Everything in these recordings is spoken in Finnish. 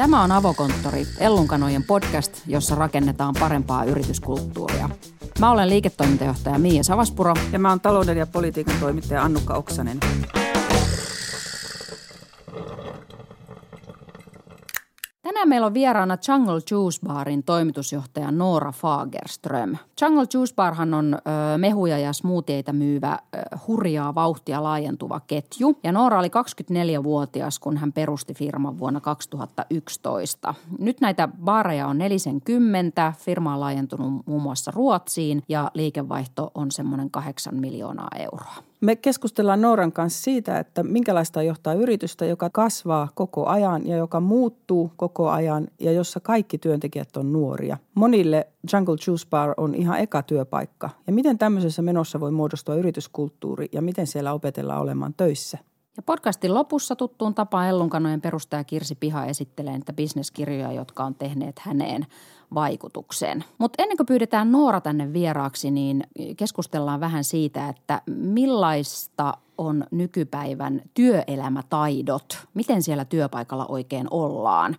Tämä on Avokonttori, Ellunkanojen podcast, jossa rakennetaan parempaa yrityskulttuuria. Mä olen liiketoimintajohtaja Miia Savaspuro. Ja mä oon talouden ja politiikan toimittaja Annukka Oksanen. Tänään meillä on vieraana Jungle Juice Barin toimitusjohtaja Noora Fagerström. Jungle Juice Barhan on mehuja ja smoothieita myyvä hurjaa vauhtia laajentuva ketju. Ja Noora oli 24-vuotias, kun hän perusti firman vuonna 2011. Nyt näitä baareja on 40, firma on laajentunut muun muassa Ruotsiin ja liikevaihto on semmoinen 8 miljoonaa euroa. Me keskustellaan Nooran kanssa siitä, että minkälaista johtaa yritystä, joka kasvaa koko ajan ja joka muuttuu koko ajan ja jossa kaikki työntekijät on nuoria. Monille Jungle Juice Bar on ihan eka työpaikka. Ja miten tämmöisessä menossa voi muodostua yrityskulttuuri ja miten siellä opetellaan olemaan töissä? Ja podcastin lopussa tuttuun tapaan Ellunkanojen perustaja Kirsi Piha esittelee niitä bisneskirjoja, jotka on tehneet häneen vaikutuksen. Mutta ennen kuin pyydetään Noora tänne vieraaksi, niin keskustellaan vähän siitä, että millaista on nykypäivän työelämätaidot. Miten siellä työpaikalla oikein ollaan?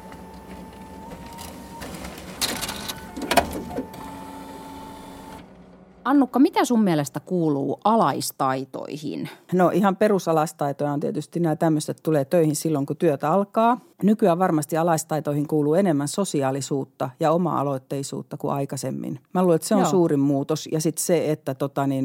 Annukka, mitä sun mielestä kuuluu alaistaitoihin? No ihan perusalaistaitoja on tietysti nämä tämmöiset, että tulee töihin silloin, kun työtä alkaa. Nykyään varmasti alaistaitoihin kuuluu enemmän sosiaalisuutta ja oma-aloitteisuutta kuin aikaisemmin. Mä luulen, että se on suurin muutos ja sitten se, että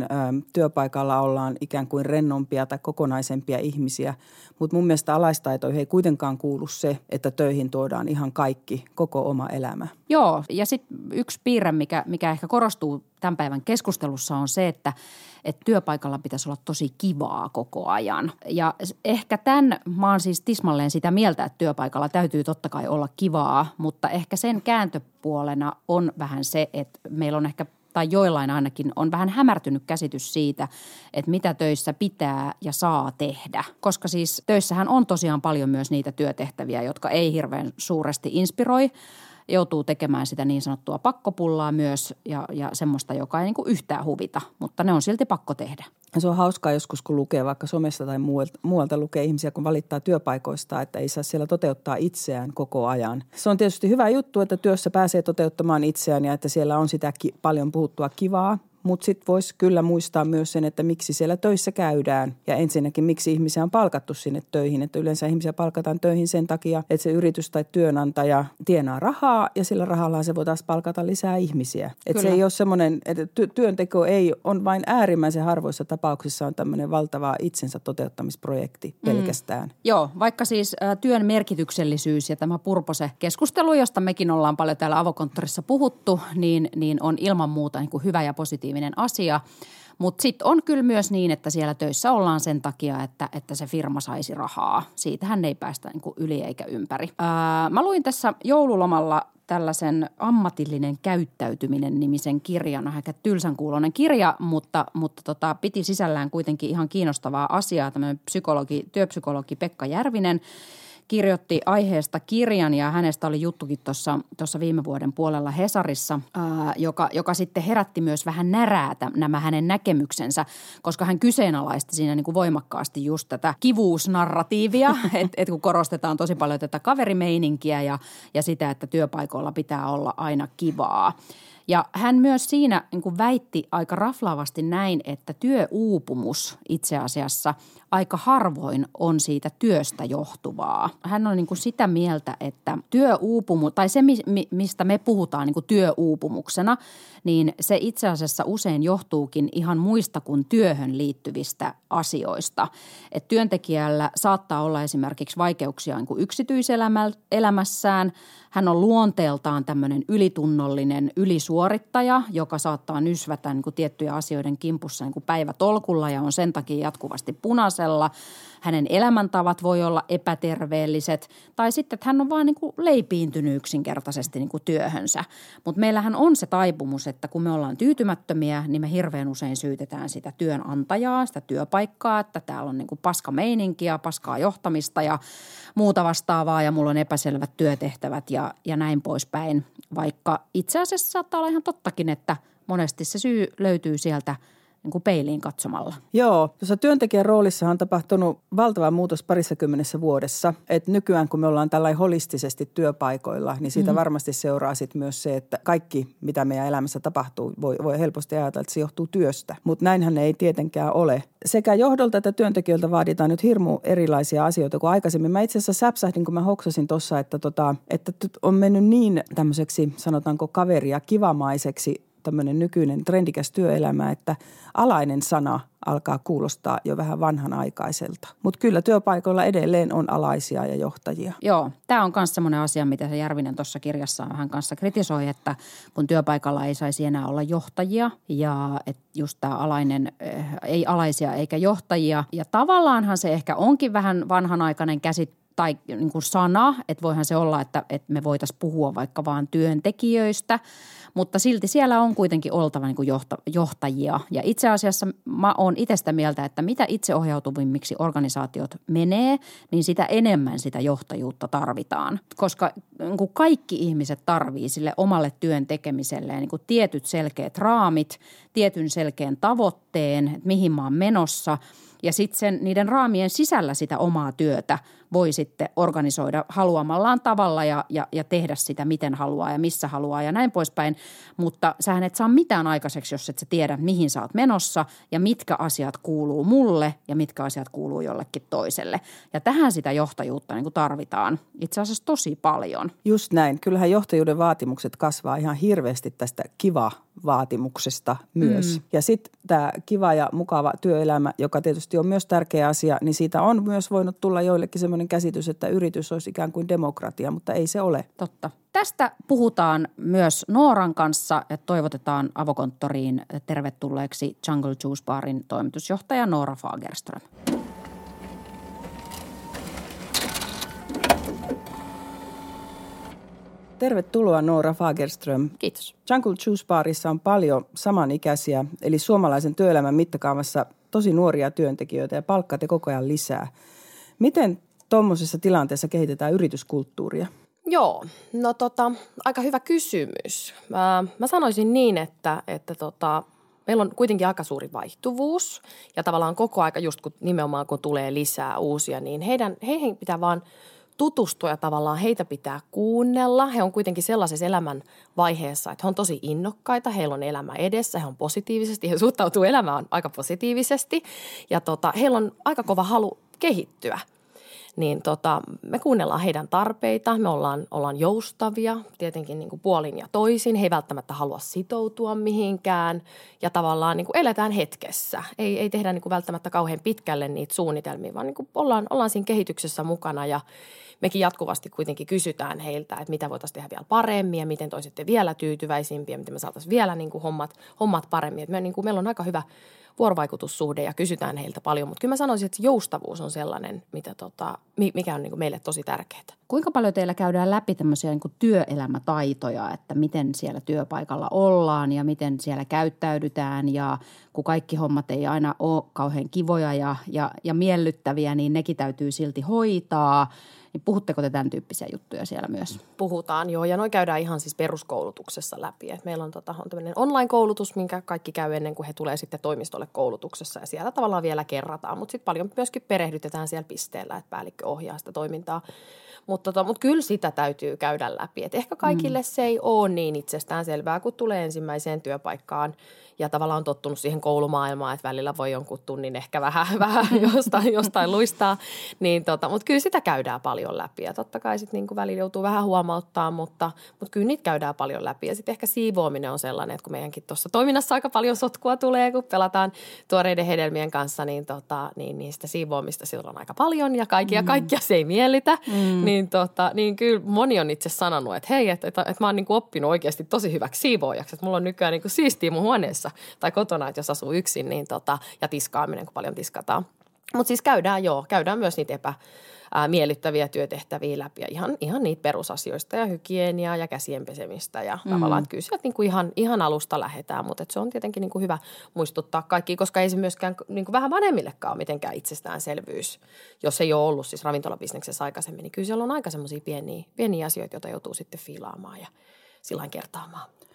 työpaikalla ollaan ikään kuin rennompia tai kokonaisempia ihmisiä. Mutta mun mielestä alaistaitoihin ei kuitenkaan kuulu se, että töihin tuodaan ihan kaikki, koko oma elämä. Joo, ja sitten yksi piirre, mikä ehkä korostuu tämän päivän keskustelussa on se, että työpaikalla pitäisi olla tosi kivaa koko ajan. Ja ehkä mä oon siis tismalleen sitä mieltä, että työpaikalla täytyy totta kai olla kivaa, mutta ehkä sen kääntöpuolena on vähän se, että meillä on ehkä tai joillain ainakin on vähän hämärtynyt käsitys siitä, että mitä töissä pitää ja saa tehdä. Koska siis töissähän on tosiaan paljon myös niitä työtehtäviä, jotka ei hirveän suuresti inspiroi. Joutuu tekemään sitä niin sanottua pakkopullaa myös ja semmoista, joka ei niin kuin yhtään huvita, mutta ne on silti pakko tehdä. Se on hauskaa joskus, kun lukee vaikka somesta tai muualta lukee ihmisiä, kun valittaa työpaikoista, että ei saa siellä toteuttaa itseään koko ajan. Se on tietysti hyvä juttu, että työssä pääsee toteuttamaan itseään ja että siellä on sitä paljon puhuttua kivaa. Mutta sitten voisi kyllä muistaa myös sen, että miksi siellä töissä käydään ja ensinnäkin miksi ihmisiä on palkattu sinne töihin. Että yleensä ihmisiä palkataan töihin sen takia, että se yritys tai työnantaja tienaa rahaa ja sillä rahallaan se voi taas palkata lisää ihmisiä. Että se ei ole semmoinen, että työnteko on vain äärimmäisen harvoissa tapauksissa on tämmöinen valtava itsensä toteuttamisprojekti pelkästään. Joo, vaikka siis työn merkityksellisyys ja tämä purpose-keskustelu, josta mekin ollaan paljon täällä Avokonttorissa puhuttu, niin on ilman muuta niin kuin hyvä ja positiivinen asia, mutta sitten on kyllä myös niin, että siellä töissä ollaan sen takia, että se firma saisi rahaa. Siitähän ei päästä niin kuin yli eikä ympäri. Mä luin tässä joululomalla tällaisen Ammatillinen käyttäytyminen -nimisen kirjan, aika tylsän kuuloinen kirja, mutta piti sisällään kuitenkin ihan kiinnostavaa asiaa. Tämmöinen työpsykologi Pekka Järvinen kirjoitti aiheesta kirjan ja hänestä oli juttukin tuossa viime vuoden puolella Hesarissa, joka sitten herätti myös vähän näräätä nämä hänen näkemyksensä, koska hän kyseenalaisti siinä niin kuin voimakkaasti just tätä kivuusnarratiivia, että kun korostetaan tosi paljon tätä kaverimeininkiä ja sitä, että työpaikoilla pitää olla aina kivaa. Ja hän myös siinä niin kuin väitti aika raflaavasti näin, että työuupumus itse asiassa aika harvoin on siitä työstä johtuvaa. Hän on niin kuin sitä mieltä, että työuupumus, tai se mistä me puhutaan niin kuin työuupumuksena, niin se itse asiassa usein johtuukin ihan muista kuin työhön liittyvistä asioista. Et työntekijällä saattaa olla esimerkiksi vaikeuksia niin kuin yksityiselämässään. Hän on luonteeltaan tämmöinen ylitunnollinen ylisuorittaja, joka saattaa nysvätä niin kuin tiettyjä asioiden kimpussa niin kuin päivätolkulla ja on sen takia jatkuvasti punaisella. Hänen elämäntavat voi olla epäterveelliset tai sitten, että hän on vaan niin kuin leipiintynyt yksinkertaisesti niin kuin työhönsä. Mutta meillähän on se taipumus, että kun me ollaan tyytymättömiä, niin me hirveän usein syytetään sitä työnantajaa, sitä työpaikkaa, että täällä on niin kuin paska meininkiä, paskaa johtamista ja muuta vastaavaa ja mulla on epäselvät työtehtävät ja näin poispäin. Vaikka itse asiassa saattaa olla ihan tottakin, että monesti se syy löytyy sieltä niin kuin peiliin katsomalla. Joo, tuossa työntekijän roolissa on tapahtunut valtava muutos 20 vuodessa. Että nykyään kun me ollaan tällainen holistisesti työpaikoilla, niin siitä varmasti seuraa sit myös se, että kaikki mitä meidän elämässä tapahtuu voi helposti ajatella, että se johtuu työstä. Mutta näinhän ei tietenkään ole. Sekä johdolta että työntekijöiltä vaaditaan nyt hirmu erilaisia asioita kuin aikaisemmin. Mä itse asiassa säpsähdin, kun mä hoksasin tuossa, että on mennyt niin tämmöiseksi, sanotaanko kaveri- ja kivamaiseksi tämmöinen nykyinen trendikäs työelämä, että alainen sana alkaa kuulostaa jo vähän vanhanaikaiselta. Mutta kyllä työpaikoilla edelleen on alaisia ja johtajia. Joo, tämä on myös semmoinen asia, mitä se Järvinen tuossa kirjassaan vähän kanssa kritisoi, että kun työpaikalla ei saisi enää olla johtajia ja että just tämä alainen, ei alaisia eikä johtajia. Ja tavallaanhan se ehkä onkin vähän vanhanaikainen käsite tai niin kuin sana, että voihan se olla, että me voitaisiin puhua vaikka vaan työntekijöistä, mutta silti siellä on kuitenkin oltava niin kuin johtajia. Ja itse asiassa mä oon itse sitä mieltä, että mitä itseohjautuvimmiksi organisaatiot menee, niin sitä enemmän sitä johtajuutta tarvitaan. Koska niin kuin kaikki ihmiset tarvii sille omalle työn tekemiselleen niin kuin tietyt selkeät raamit, tietyn selkeän tavoitteen, että mihin mä oon menossa. Ja sitten niiden raamien sisällä sitä omaa työtä voi sitten organisoida haluamallaan tavalla ja tehdä sitä miten haluaa ja missä haluaa ja näin poispäin. Mutta sähän et saa mitään aikaiseksi, jos et sä tiedä, mihin sä oot menossa ja mitkä asiat kuuluu mulle ja mitkä asiat kuuluu jollekin toiselle. Ja tähän sitä johtajuutta niin kuin tarvitaan itse asiassa tosi paljon. Just näin. Kyllähän johtajuuden vaatimukset kasvaa ihan hirveästi tästä vaatimuksesta myös. Ja sitten tämä kiva ja mukava työelämä, joka tietysti on myös tärkeä asia, niin siitä on myös voinut tulla joillekin semmoinen käsitys, että yritys olisi ikään kuin demokratia, mutta ei se ole. Totta. Tästä puhutaan myös Nooran kanssa ja toivotetaan Avokonttoriin tervetulleeksi Jungle Juice Barin toimitusjohtaja Noora Fagerström. Tervetuloa Noora Fagerström. Kiitos. Jungle Juice Barissa on paljon samanikäisiä, eli suomalaisen työelämän mittakaavassa tosi nuoria työntekijöitä ja palkkaatte koko ajan lisää. Miten tuommoisessa tilanteessa kehitetään yrityskulttuuria? Joo, no aika hyvä kysymys. Mä sanoisin niin, että meillä on kuitenkin aika suuri vaihtuvuus ja tavallaan koko aika just nimenomaan kun tulee lisää uusia, niin heihin pitää vaan tutustua ja tavallaan heitä pitää kuunnella. He on kuitenkin sellaisessa elämän vaiheessa, että he on tosi innokkaita, heillä on elämä edessä, he on positiivisesti, he suhtautuu elämään aika positiivisesti ja heillä on aika kova halu kehittyä. Niin me kuunnellaan heidän tarpeita, me ollaan joustavia tietenkin niin kuin puolin ja toisin. He ei välttämättä halua sitoutua mihinkään ja tavallaan niin kuin eletään hetkessä. Ei tehdä niin kuin välttämättä kauhean pitkälle niitä suunnitelmia, vaan niin kuin ollaan siinä kehityksessä mukana ja mekin jatkuvasti kuitenkin kysytään heiltä, että mitä voitaisiin tehdä vielä paremmin ja miten toisitte vielä tyytyväisimpiä, miten me saataisiin vielä niin kuin hommat paremmin. Että meillä on aika hyvä vuorovaikutussuhde ja kysytään heiltä paljon, mutta kyllä mä sanoisin, että joustavuus on sellainen, mikä on niin kuin meille tosi tärkeää. Kuinka paljon teillä käydään läpi tämmöisiä niin kuin työelämätaitoja, että miten siellä työpaikalla ollaan ja miten siellä käyttäydytään ja kun kaikki hommat ei aina ole kauhean kivoja ja miellyttäviä, niin nekin täytyy silti hoitaa. Niin puhutteko te tämän tyyppisiä juttuja siellä myös? Puhutaan, joo, ja noi käydään ihan siis peruskoulutuksessa läpi. Et meillä on tämmöinen online-koulutus, minkä kaikki käy ennen kuin he tulee sitten toimistolle koulutuksessa ja siellä tavallaan vielä kerrataan. Mutta sitten paljon myöskin perehdytetään siellä pisteellä, että päällikkö ohjaa sitä toimintaa. Mutta kyllä sitä täytyy käydä läpi. Et ehkä kaikille se ei ole niin itsestäänselvää, kun tulee ensimmäiseen työpaikkaan ja tavallaan on tottunut siihen koulumaailmaan, että välillä voi jonkun tunnin ehkä vähän jostain luistaa. Niin mutta kyllä sitä käydään paljon läpi ja totta kai sitten niin välillä joutuu vähän huomauttaa, mutta kyllä niitä käydään paljon läpi. Ja sitten ehkä siivoaminen on sellainen, että kun meidänkin tuossa toiminnassa aika paljon sotkua tulee, kun pelataan tuoreiden hedelmien kanssa, niin sitä siivoamista silloin on aika paljon ja kaikkia se ei miellytä. Niin kyllä moni on itse sanonut, että hei, että mä oon niin kuin oppinut oikeasti tosi hyväksi siivoojaksi, että mulla on nykyään niin kuin siistiä mun huoneessa tai kotona, että jos asuu yksin, niin ja tiskaaminen, kun paljon tiskataan. Mutta siis käydään myös niitä miellyttäviä työtehtäviä läpi ja ihan niitä perusasioista ja hygieniaa ja käsien pesemistä ja tavallaan, että kyllä sieltä niin kuin ihan alusta lähdetään, mutta se on tietenkin niin kuin hyvä muistuttaa kaikki, koska ei se myöskään niin kuin vähän vanhemmillekaan ole mitenkään itsestäänselvyys, jos ei ole ollut siis ravintolabisneksessä aikaisemmin, niin kyllä siellä on aika semmoisia pieniä asioita, joita joutuu sitten fiilaamaan ja sillain kertaamaan.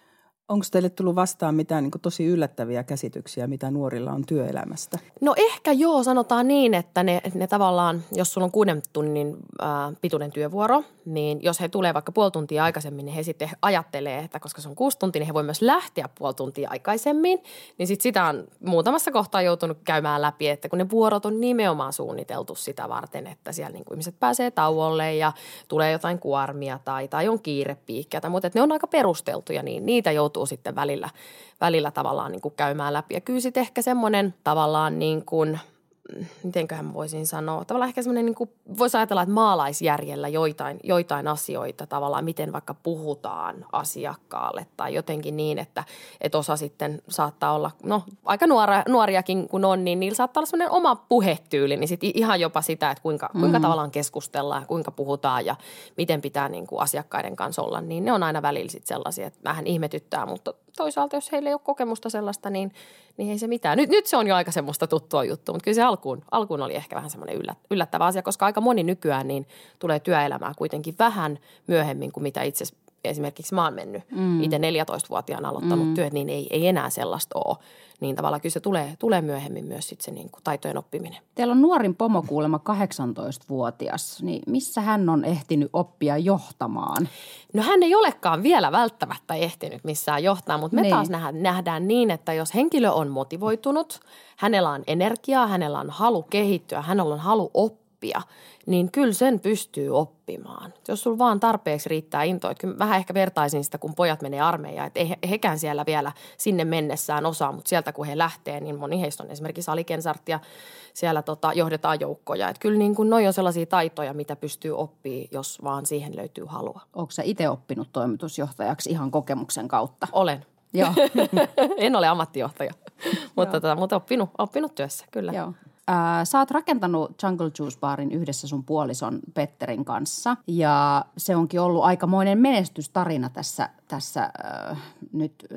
Onko teille tullut vastaan mitään niin kuin tosi yllättäviä käsityksiä, mitä nuorilla on työelämästä? No ehkä joo, sanotaan niin, että ne tavallaan, jos sulla on 6 tunnin pituinen työvuoro, niin jos he tulee vaikka puoli tuntia aikaisemmin, niin he sitten ajattelee, että koska se on 6 tuntia, niin he voi myös lähteä puoli tuntia aikaisemmin. Niin sitten sitä on muutamassa kohtaa joutunut käymään läpi, että kun ne vuorot on nimenomaan suunniteltu sitä varten, että siellä niin kuin ihmiset pääsee tauolle ja tulee jotain kuormia tai on kiirepiikkiä tai muuta. Että ne on aika perusteltuja, niin niitä joutuu sitten välillä tavallaan niin kuin käymään läpi. Ja kyllä sitten ehkä semmoinen tavallaan niin kuin, mitenköhän voisin sanoa, tavallaan ehkä semmoinen niin kuin, voisi ajatella, että maalaisjärjellä joitain asioita tavallaan, miten vaikka puhutaan asiakkaalle tai jotenkin niin, että osa sitten saattaa olla, no aika nuoriakin kun on, niin niillä saattaa olla semmoinen oma puhetyyli, niin sitten ihan jopa sitä, että kuinka tavallaan keskustellaan ja kuinka puhutaan ja miten pitää niin kuin asiakkaiden kanssa olla, niin ne on aina välillä sitten sellaisia, että vähän ihmetyttää, mutta toisaalta jos heillä ei ole kokemusta sellaista, niin ei se mitään. Nyt se on jo aika semmoista tuttua juttua, mutta kyllä se alkuun oli ehkä vähän semmoinen yllättävä asia, koska aika moni nykyään niin tulee työelämää kuitenkin vähän myöhemmin kuin mitä itse esimerkiksi mä oon mennyt. Itse 14-vuotiaana aloittanut työt, niin ei enää sellaista ole. Niin tavallaan kyllä se tulee myöhemmin myös sitten se niin kuin taitojen oppiminen. Teillä on nuorin pomo kuulemma 18-vuotias, niin missä hän on ehtinyt oppia johtamaan? No hän ei olekaan vielä välttämättä ehtinyt missään johtaa, mutta me Niin. taas nähdään niin, että jos henkilö on motivoitunut, hänellä on energiaa, hänellä on halu kehittyä, hänellä on halu oppia, niin kyllä sen pystyy oppimaan. Jos sulla vaan tarpeeksi riittää intoa, että kyllä vähän ehkä vertaisin sitä, kun pojat menee armeijaan, että ei hekään siellä vielä sinne mennessään osaa, mutta sieltä kun he lähtee, niin moni heistä on esimerkiksi alikensart ja siellä johdetaan joukkoja. Että kyllä niin kuin noi on sellaisia taitoja, mitä pystyy oppimaan, jos vaan siihen löytyy halua. Onko sä itse oppinut toimitusjohtajaksi ihan kokemuksen kautta? Olen. Joo. En ole ammattijohtaja, mutta oppinut työssä, kyllä. Joo. Sä oot rakentanut Jungle Juice Barin yhdessä sun puolison Petterin kanssa ja se onkin ollut aikamoinen menestystarina tässä nyt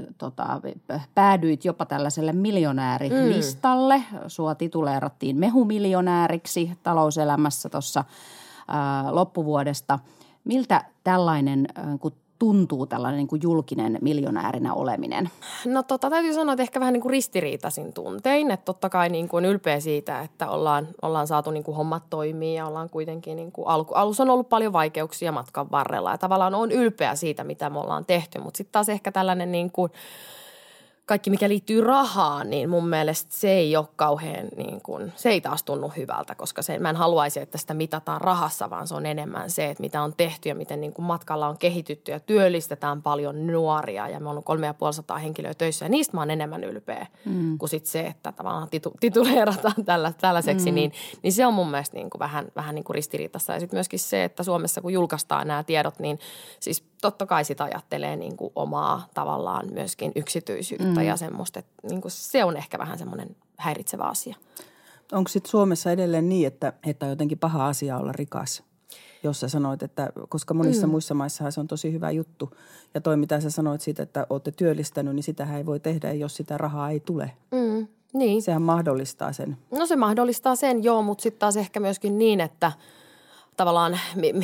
päädyit jopa tällaiselle miljonäärilistalle. Sua tituleerattiin mehumiljonääriksi talouselämässä tuossa loppuvuodesta. Miltä tällainen tuntuu tällainen niin kuin julkinen miljonäärinä oleminen? No täytyy sanoa, että ehkä vähän niin kuin ristiriitaisin tuntein. Että totta kai niin kuin ylpeä siitä, että ollaan saatu niin kuin hommat toimia ja ollaan kuitenkin niin kuin alussa on ollut paljon vaikeuksia matkan varrella. Ja tavallaan on ylpeä siitä, mitä me ollaan tehty, mutta sitten taas ehkä tällainen niin kuin kaikki, mikä liittyy rahaan, niin mun mielestä se ei ole kauhean, niin kuin, se ei taas tunnu hyvältä, koska mä en haluaisi, että sitä mitataan rahassa, vaan se on enemmän se, että mitä on tehty ja miten niin kuin matkalla on kehitytty ja työllistetään paljon nuoria ja me on 350 henkilöä töissä ja niistä mä oon enemmän ylpeä kuin sit se, että tavallaan tituleerataan tällaiseksi, niin se on mun mielestä niin kuin vähän niin kuin ristiriitassa ja sitten myöskin se, että Suomessa kun julkaistaan nämä tiedot, niin siis totta kai sitä ajattelee niin kuin omaa tavallaan myöskin yksityisyyttä ja semmoista, että niin kuin se on ehkä vähän semmoinen häiritsevä asia. Onko sitten Suomessa edelleen niin, että on jotenkin paha asia olla rikas? Jos sä sanoit, että koska monissa muissa maissahan se on tosi hyvä juttu. Ja toi, mitä sä sanoit siitä, että olette työllistänyt, niin sitähän ei voi tehdä, jos sitä rahaa ei tule. Niin. Sehän mahdollistaa sen. No se mahdollistaa sen, joo, mutta sitten taas ehkä myöskin niin, että tavallaan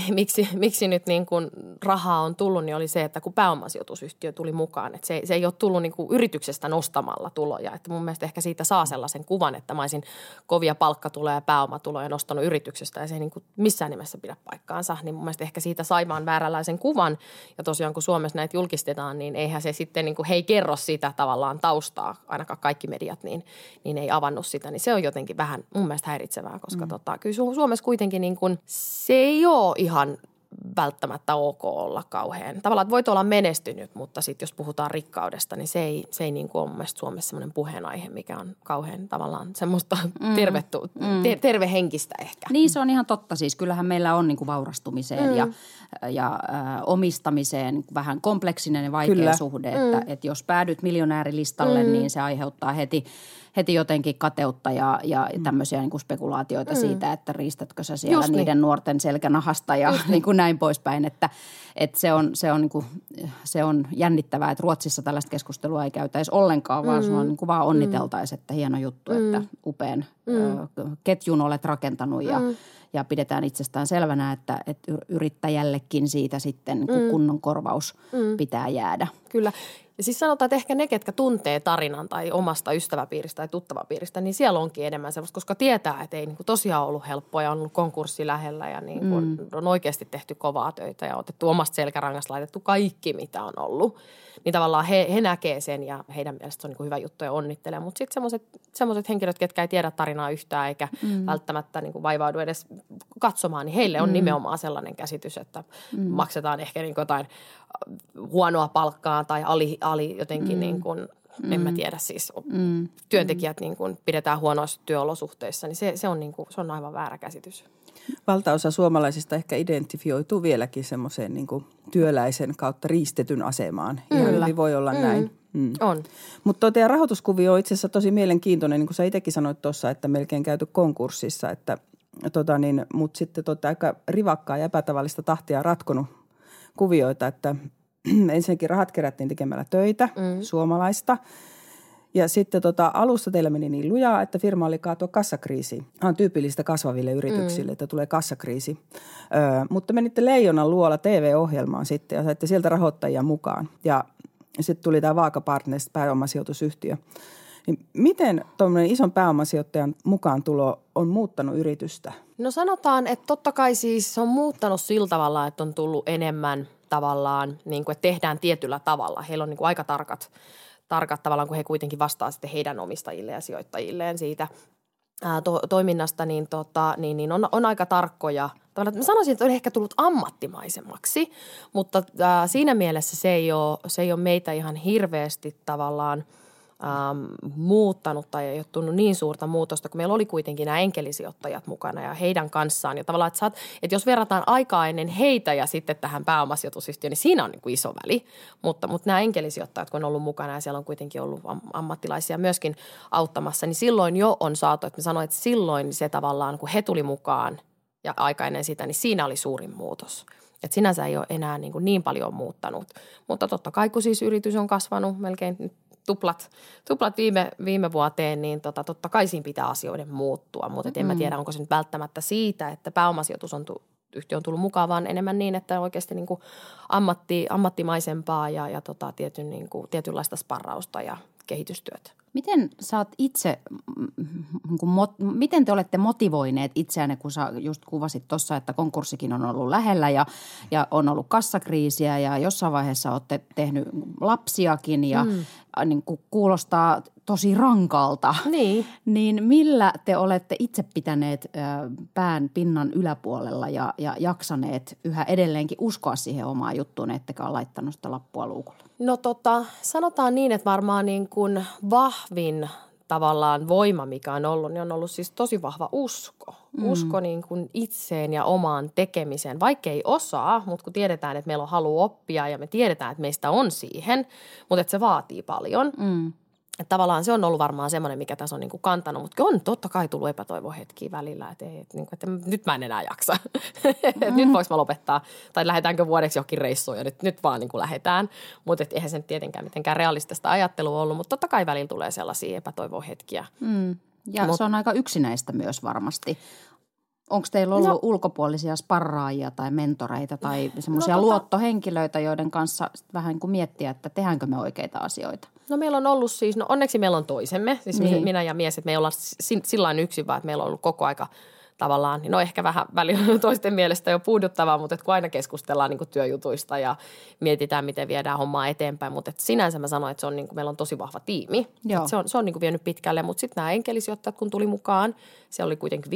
miksi nyt niin kuin rahaa on tullut, niin oli se, että kun pääomasijoitusyhtiö tuli mukaan, että se ei ole tullut niin kuin yrityksestä nostamalla tuloja. Että mun mielestä ehkä siitä saa sellaisen kuvan, että mä olisin kovia palkkatuloja ja pääomatuloja nostanut yrityksestä ja se ei niin kuin missään nimessä pidä paikkaansa. Niin mun mielestä ehkä siitä sai vaan vääränlaisen kuvan ja tosiaan kun Suomessa näitä julkistetaan, niin eihän se sitten niin kuin he ei kerro sitä tavallaan taustaa, ainakaan kaikki mediat, niin ei avannut sitä. Niin se on jotenkin vähän mun mielestä häiritsevää, koska kyllä Suomessa kuitenkin niin kuin se ei ole ihan välttämättä ok olla kauhean. Tavallaan, että voit olla menestynyt, mutta sitten jos puhutaan rikkaudesta, niin se ei niin kuin ole mun mielestä Suomessa semmoinen puheenaihe, mikä on kauhean tavallaan semmoista tervehenkistä ehkä. Niin se on ihan totta. Siis kyllähän meillä on niin kuin vaurastumiseen ja omistamiseen vähän kompleksinen ja vaikea suhde, että jos päädyt miljonäärilistalle, niin se aiheuttaa heti jotenkin kateutta ja tämmöisiä niin kuin spekulaatioita siitä, että riistätkö sä siellä niiden nuorten selkänahasta ja niin kuin näin poispäin. Että se on jännittävää, että Ruotsissa tällaista keskustelua ei käytäisi ollenkaan, vaan sua niin kuin vaan onniteltaisiin, että hieno juttu, että upean ketjun olet rakentanut ja pidetään itsestään selvänä, että yrittäjällekin siitä sitten kunnon korvaus pitää jäädä. Kyllä. Ja siis sanotaan, että ehkä ne, ketkä tuntee tarinan tai omasta ystäväpiiristä tai tuttavapiiristä, niin siellä onkin enemmän sellaista, koska tietää, että ei niin kuin tosiaan ollut helppoa ja on ollut konkurssi lähellä ja niin kuin on oikeasti tehty kovaa töitä ja otettu omasta selkärangasta, laitettu kaikki, mitä on ollut. Niin tavallaan he näkee sen ja heidän mielestä se on niin kuin hyvä juttu ja onnittelee. Mutta sitten semmoiset henkilöt, ketkä ei tiedä tarinaa yhtään eikä välttämättä niin kuin vaivaudu edes katsomaan, niin heille on nimenomaan sellainen käsitys, että maksetaan ehkä niin kuin jotain huonoa palkkaa tai ali jotenkin niin kuin, en mä tiedä siis, työntekijät niin kuin pidetään huonoissa työolosuhteissa, niin se on aivan väärä käsitys. Valtaosa suomalaisista ehkä identifioituu vieläkin semmoiseen niin kuin työläisen kautta riistetyn asemaan. Ihan hyvin voi olla näin. On. Mutta teidän rahoituskuvio on itse asiassa tosi mielenkiintoinen, niin kuin sä itsekin sanoit tuossa, että melkein käyty konkurssissa, että mutta sitten aika rivakkaa ja epätavallista tahtia ratkonut kuvioita, että ensinnäkin rahat kerättiin tekemällä töitä suomalaista. Ja sitten alussa teillä meni niin lujaa, että firma oli kaatua kassakriisiin. On tyypillistä kasvaville yrityksille, että tulee kassakriisi. Mutta menitte Leijonan luola TV-ohjelmaan sitten ja saitte sieltä rahoittajia mukaan. Ja sitten tuli tämä Vaaka Partners pääomasijoitusyhtiö. Niin miten tuommoinen ison pääomasijoittajan mukaan tulo on muuttanut yritystä? No sanotaan, että totta kai siis se on muuttanut sillä tavalla, että on tullut enemmän tavallaan, niin kuin, että tehdään tietyllä tavalla. Heillä on niin kuin aika tarkat tavallaan, kun he kuitenkin vastaa sitten heidän omistajille ja sijoittajilleen siitä toiminnasta, niin on aika tarkkoja. Mä sanoisin, että on ehkä tullut ammattimaisemmaksi, mutta siinä mielessä se ei ole meitä ihan hirveästi tavallaan muuttanut tai ei ole tullut niin suurta muutosta, kun meillä oli kuitenkin nämä enkelisijoittajat mukana ja heidän kanssaan. Ja tavallaan, että jos verrataan aikaa ennen heitä ja sitten tähän pääomasijoitusyhtiöön, niin siinä on niin kuin iso väli. Mutta nämä enkelisijoittajat, kun on ollut mukana ja siellä on kuitenkin ollut ammattilaisia myöskin auttamassa, niin silloin jo on saatu, että mä sanoin, että silloin se tavallaan, kun he tuli mukaan ja aika ennen sitä, niin siinä oli suurin muutos. Että sinänsä ei ole enää niin paljon muuttanut. Mutta totta kai, kun siis yritys on kasvanut melkein tuplat viime vuoteen, niin totta kai siinä pitää asioiden muuttua. Mutta en mä tiedä, onko se nyt välttämättä siitä, että pääomasijoitusyhtiö on tullut mukaan, vaan enemmän niin, että oikeasti niin kuin ammattimaisempaa ja tietynlaista sparrausta ja kehitystyötä. Miten sä oot itse, miten te olette motivoineet itseänne, kun sä just kuvasit tuossa, että konkurssikin on ollut lähellä ja on ollut kassakriisiä ja jossain vaiheessa olette tehnyt lapsiakin ja niin kuin kuulostaa tosi rankalta. Niin millä te olette itse pitäneet pään pinnan yläpuolella ja jaksaneet yhä edelleenkin uskoa siihen omaan juttuun, ettekä ole laittanut sitä lappua luukulle? No sanotaan niin, että varmaan niin kuin vahvin tavallaan voima, mikä on ollut, niin on ollut siis tosi vahva usko. Usko niin kuin itseen ja omaan tekemiseen, vaikka ei osaa, mutta kun tiedetään, että meillä on halu oppia ja me tiedetään, että meistä on siihen, mutta että se vaatii paljon. Että tavallaan se on ollut varmaan semmoinen, mikä tässä on niin kuin kantanut, mutta on totta kai tullut epätoivohetkiä välillä, että nyt mä en enää jaksa. Nyt voiko mä lopettaa tai lähdetäänkö vuodeksi johonkin reissuun ja nyt vaan niin kuin lähdetään. Mutta eihän se nyt tietenkään mitenkään realistista ajattelua ollut, mutta totta kai välillä tulee sellaisia epätoivohetkiä. Ja se on aika yksinäistä myös varmasti. Onko teillä ollut ulkopuolisia sparraajia tai mentoreita tai semmoisia luottohenkilöitä, joiden kanssa vähän niin kuin miettiä, että tehdäänkö me oikeita asioita? No meillä on ollut siis, onneksi meillä on toisemme, siis minä ja mies, että me ei olla sillain yksin, vaan että meillä on ollut koko aika tavallaan, no ehkä vähän välillä toisten mielestä jo puuduttavaa, mutta kun aina keskustellaan niin kuin työjutuista ja mietitään, miten viedään hommaa eteenpäin, mutta sinänsä mä sanoin, että se on niin kuin, meillä on tosi vahva tiimi. Se on niin kuin vienyt pitkälle, mutta sitten nämä enkelisijoittajat, kun tuli mukaan, se oli kuitenkin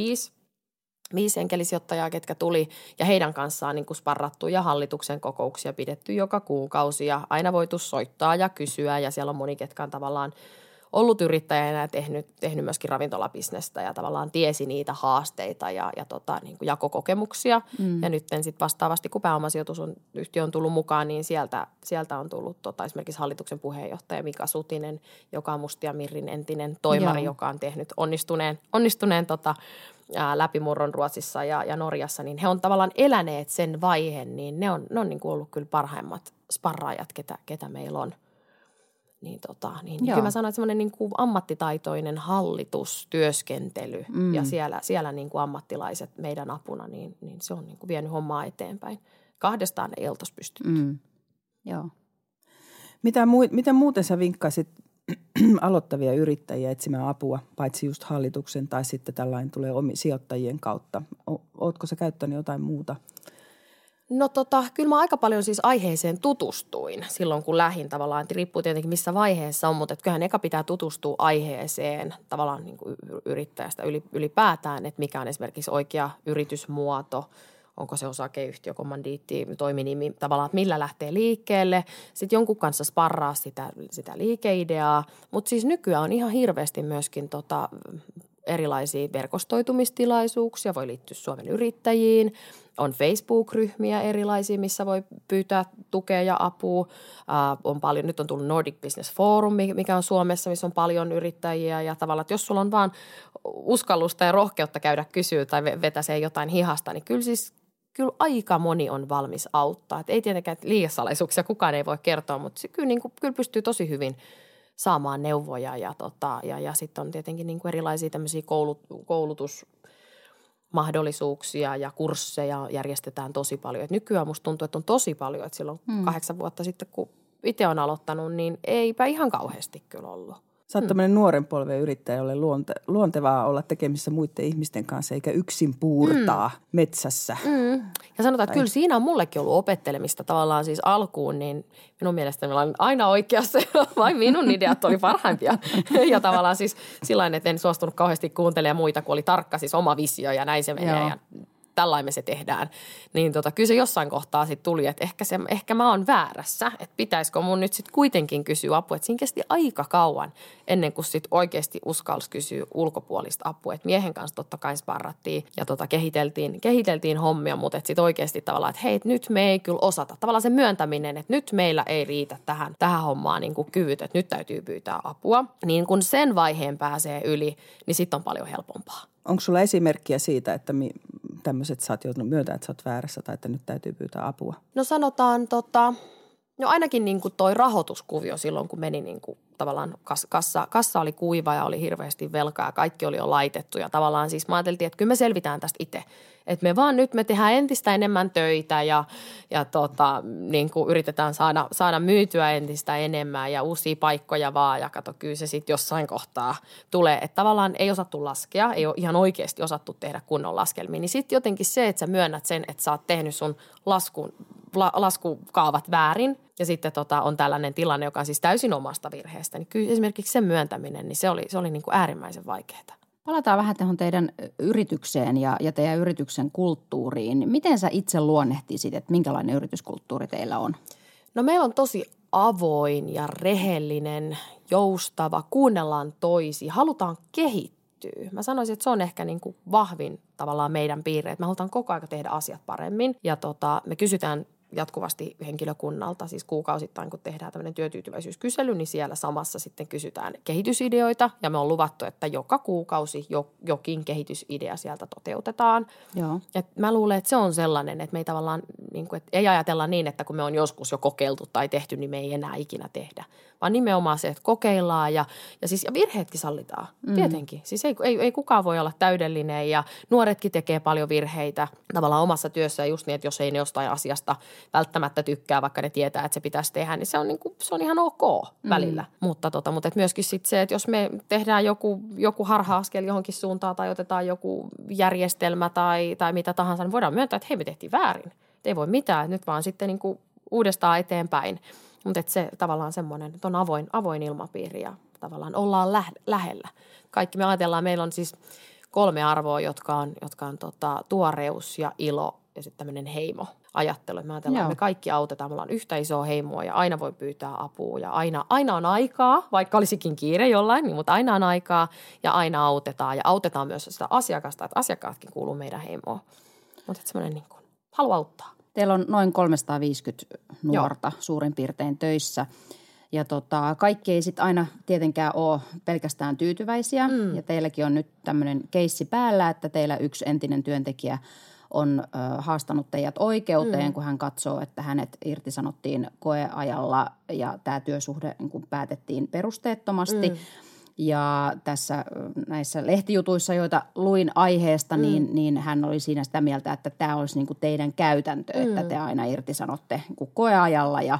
5 enkelisijoittajaa, ketkä tuli ja heidän kanssaan niin kuin sparrattu ja hallituksen kokouksia pidetty joka kuukausi ja aina voitu soittaa ja kysyä ja siellä on moni, ketkä on tavallaan ollut yrittäjänä ja tehnyt myöskin ravintolabisnestä ja tavallaan tiesi niitä haasteita niin kuin jakokokemuksia. Ja nyt sitten vastaavasti, kun pääomasijoitusyhtiö on tullut mukaan, niin sieltä on tullut esimerkiksi hallituksen puheenjohtaja Mika Sutinen, joka on Mustia Mirrin entinen toimari, joka on tehnyt onnistuneen läpimurron Ruotsissa ja Norjassa, niin he on tavallaan eläneet sen vaiheen, niin ne on niin kuin ollut kyllä parhaimmat sparraajat, ketä meillä on. Niin kyllä mä sanoin, että semmoinen niin kuin ammattitaitoinen hallitustyöskentely ja siellä niin kuin ammattilaiset meidän apuna, niin se on niin kuin vienyt hommaa eteenpäin. Kahdestaan ei oltaisi pystytty. Joo. Miten muuten sä vinkkaisit aloittavia yrittäjiä etsimään apua, paitsi just hallituksen tai sitten tällainen tulee sijoittajien kautta? Ootko sä käyttänyt jotain muuta? No kyllä mä aika paljon siis aiheeseen tutustuin silloin, kun lähdin tavallaan. Että riippuu tietenkin missä vaiheessa on, mutta kyllähän eka pitää tutustua aiheeseen tavallaan niin kuin yrittäjästä ylipäätään, että mikä on esimerkiksi oikea yritysmuoto, onko se osakeyhtiö, kommandiitti, toiminimi, tavallaan, että millä lähtee liikkeelle. Sitten jonkun kanssa sparraa sitä liikeideaa, mutta siis nykyään on ihan hirveästi myöskin erilaisia verkostoitumistilaisuuksia, voi liittyä Suomen yrittäjiin, on Facebook-ryhmiä erilaisia, missä voi pyytää tukea ja apua. On paljon, nyt on tullut Nordic Business Forum, mikä on Suomessa, missä on paljon yrittäjiä ja tavallaan, että jos sulla on vaan uskallusta ja rohkeutta käydä kysyä tai vetäsee jotain hihasta, niin kyllä aika moni on valmis auttaa. Et ei tietenkään liikesalaisuuksia kukaan ei voi kertoa, mutta kyllä pystyy tosi hyvin saamaan neuvoja ja sitten on tietenkin niin kuin erilaisia tämmöisiä koulutusmahdollisuuksia ja kursseja järjestetään tosi paljon. Et nykyään musta tuntuu, että on tosi paljon, että silloin 8 vuotta sitten, kun itse on aloittanut, niin eipä ihan kauheasti kyllä ollut. Sä oot tämmöinen nuoren polven yrittäjä, jolle luontevaa olla tekemisissä muiden ihmisten kanssa, eikä yksin puurtaa metsässä. Ja sanotaan, että kyllä siinä on mullekin ollut opettelemista tavallaan siis alkuun, niin minun mielestäni olen aina oikeassa, vain minun ideat oli parhaimpia. Ja tavallaan siis sillain, että en suostunut kauheasti kuuntelemaan muita, kun oli tarkka siis oma visio ja näin se menee ja tällainen me se tehdään. Niin kyllä se jossain kohtaa sitten tuli, että ehkä mä oon väärässä, että pitäisikö mun nyt sitten kuitenkin kysyä apua. Että siinä kesti aika kauan ennen kuin sitten oikeasti uskalsi kysyä ulkopuolista apua. Että miehen kanssa totta kai sparrattiin ja kehiteltiin hommia, mutta sitten oikeasti tavallaan, että hei, nyt me ei kyllä osata. Tavallaan se myöntäminen, että nyt meillä ei riitä tähän hommaan niin kuin kyvyt, että nyt täytyy pyytää apua. Niin kun sen vaiheen pääsee yli, niin sitten on paljon helpompaa. Onko sulla esimerkkiä siitä, että tämmöiset sä oot joutunut myöntämään, että sä oot väärässä tai että nyt täytyy pyytää apua? No sanotaan no ainakin niin kuin toi rahoituskuvio silloin, kun meni niin kuin tavallaan kassa oli kuiva ja oli hirveästi velkaa ja kaikki oli jo laitettu. Ja tavallaan siis mä ajateltiin, että kyllä me selvitään tästä itse. Että me tehdään entistä enemmän töitä ja niin kuin yritetään saada myytyä entistä enemmän ja uusia paikkoja vaan. Ja kato, kyllä se sitten jossain kohtaa tulee. Että tavallaan ei osattu laskea, ei ole ihan oikeasti osattu tehdä kunnon laskelmia. Niin sitten jotenkin se, että sä myönnät sen, että sä oot tehnyt sun laskukaavat väärin ja sitten on tällainen tilanne, joka on siis täysin omasta virheestä. Niin kyllä esimerkiksi sen myöntäminen, niin se oli niin kuin äärimmäisen vaikeaa. Palataan vähän tähän teidän yritykseen ja teidän yrityksen kulttuuriin. Miten sä itse luonnehtisit, että minkälainen yrityskulttuuri teillä on? No meillä on tosi avoin ja rehellinen, joustava, kuunnellaan toisia, halutaan kehittyä. Mä sanoisin, että se on ehkä niin kuin vahvin tavallaan meidän piirre, että me halutaan koko ajan tehdä asiat paremmin ja me kysytään jatkuvasti henkilökunnalta, siis kuukausittain, kun tehdään tämmöinen työtyytyväisyyskysely, niin siellä samassa sitten kysytään kehitysideoita ja me on luvattu, että joka kuukausi jokin kehitysidea sieltä toteutetaan. Joo. Et mä luulen, että se on sellainen, että me ei tavallaan, niin kuin, että ei ajatella niin, että kun me on joskus jo kokeiltu tai tehty, niin me ei enää ikinä tehdä, vaan nimenomaan se, että kokeillaan ja virheetkin sallitaan, tietenkin. Siis ei kukaan voi olla täydellinen ja nuoretkin tekee paljon virheitä tavallaan omassa työssä just niin, että jos ei ne jostain asiasta välttämättä tykkää, vaikka ne tietää, että se pitäisi tehdä, niin se on ihan ok välillä. Mutta et myöskin sitten se, että jos me tehdään joku harha-askel johonkin suuntaan tai otetaan joku järjestelmä tai mitä tahansa, niin voidaan myöntää, että hei, me tehtiin väärin. Ei voi mitään, että nyt vaan sitten niin kuin uudestaan eteenpäin. Mutta se tavallaan semmoinen, että on avoin ilmapiiri ja tavallaan ollaan lähellä. Kaikki me ajatellaan, meillä on siis 3 arvoa, jotka on tuoreus ja ilo ja sitten tämmöinen heimo-ajattelu. Me ajatellaan, että me kaikki autetaan, me ollaan yhtä isoa heimoa ja aina voi pyytää apua ja aina on aikaa, vaikka olisikin kiire jollain, niin, mutta aina on aikaa ja aina autetaan ja autetaan myös sitä asiakasta, että asiakkaatkin kuuluu meidän heimoon. Mutta semmoinen niin kuin, halu auttaa. Teillä on noin 350 nuorta suurin piirtein töissä ja kaikki ei sitten aina tietenkään ole pelkästään tyytyväisiä ja teilläkin on nyt tämmöinen keissi päällä, että teillä yksi entinen työntekijä on haastanut teidät oikeuteen, kun hän katsoo, että hänet irtisanottiin koeajalla ja tämä työsuhde niin kuin päätettiin perusteettomasti. Ja näissä lehtijutuissa, joita luin aiheesta, niin hän oli siinä sitä mieltä, että tämä olisi niin kuin teidän käytäntö, että te aina irtisanotte koeajalla ja